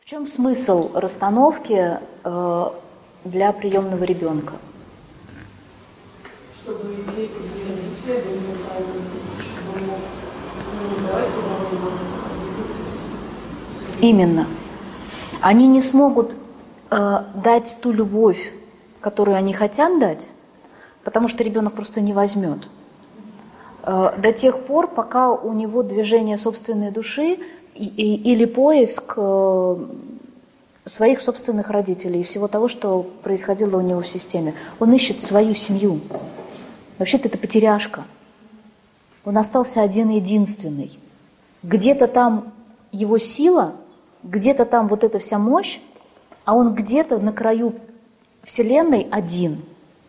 чем смысл расстановки для приемного ребенка? Чтобы детей подвергли исследованию, чтобы не давать Именно. Они не смогут дать ту любовь, которую они хотят дать, потому что ребенок просто не возьмет. До тех пор, пока у него движение собственной души или поиск своих собственных родителей и всего того, что происходило у него в системе. Он ищет свою семью. Вообще-то это потеряшка. Он остался один-единственный. Где-то там его сила, где-то там вот эта вся мощь, а он где-то на краю Вселенной один.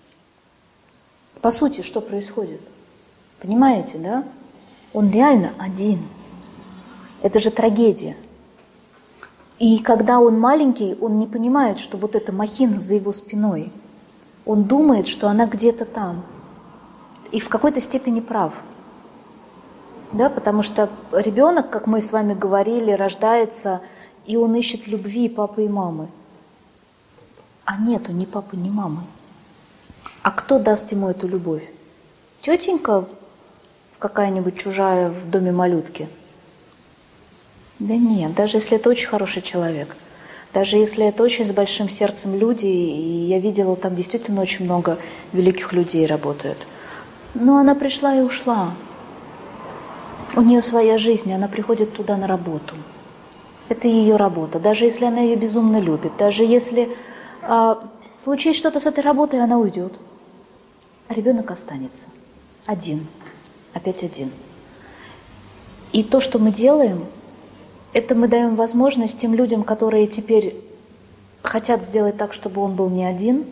По сути, что происходит? Понимаете, да? Он реально один. Это же трагедия. И когда он маленький, он не понимает, что вот эта махина за его спиной. Он думает, что она где-то там. И в какой-то степени прав. Да, потому что ребенок, как мы с вами говорили, рождается, и он ищет любви папы и мамы. А нету ни папы, ни мамы. А кто даст ему эту любовь? Тетенька какая-нибудь чужая в доме малютки? Да нет, даже если это очень хороший человек, даже если это очень с большим сердцем люди, и я видела, там действительно очень много великих людей работают. Но она пришла и ушла. У нее своя жизнь, и она приходит туда на работу. Это ее работа. Даже если она ее безумно любит, даже если случится что-то с этой работой, она уйдет. А ребенок останется один, опять один. И то, что мы делаем, это мы даем возможность тем людям, которые теперь хотят сделать так, чтобы он был не один,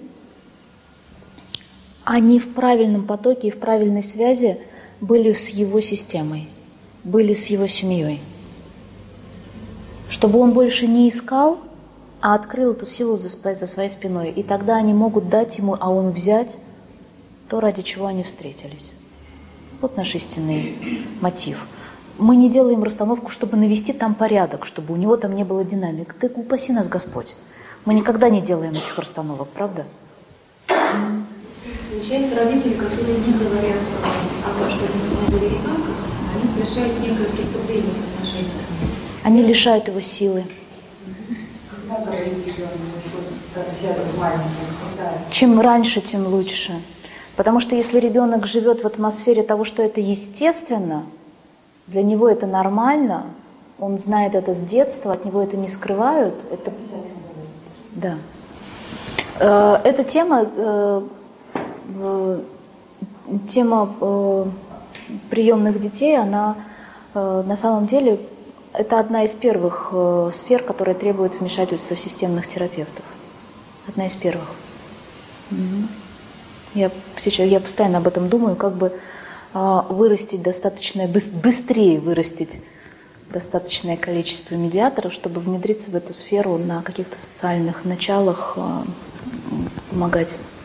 они в правильном потоке и в правильной связи были с его системой, были с его семьей. Чтобы он больше не искал, а открыл эту силу за своей спиной. И тогда они могут дать ему, а он взять то, ради чего они встретились. Вот наш истинный мотив. Мы не делаем расстановку, чтобы навести там порядок, чтобы у него там не было динамик. Да упаси нас Господь. Мы никогда не делаем этих расстановок, правда? Получается, родители, которые не говорят о том, что они усыновили ребенка, они совершают некое преступление в отношении. Они лишают его силы. Чем раньше, тем лучше. Потому что если ребенок живет в атмосфере того, что это естественно, для него это нормально, он знает это с детства, от него это не скрывают. Это... Да. Эта тема приемных детей, она на самом деле это одна из первых сфер, которая требует вмешательства системных терапевтов. Одна из первых. Я постоянно об этом думаю, как бы вырастить достаточно, быстрее вырастить достаточное количество медиаторов, чтобы внедриться в эту сферу на каких-то социальных началах, помогать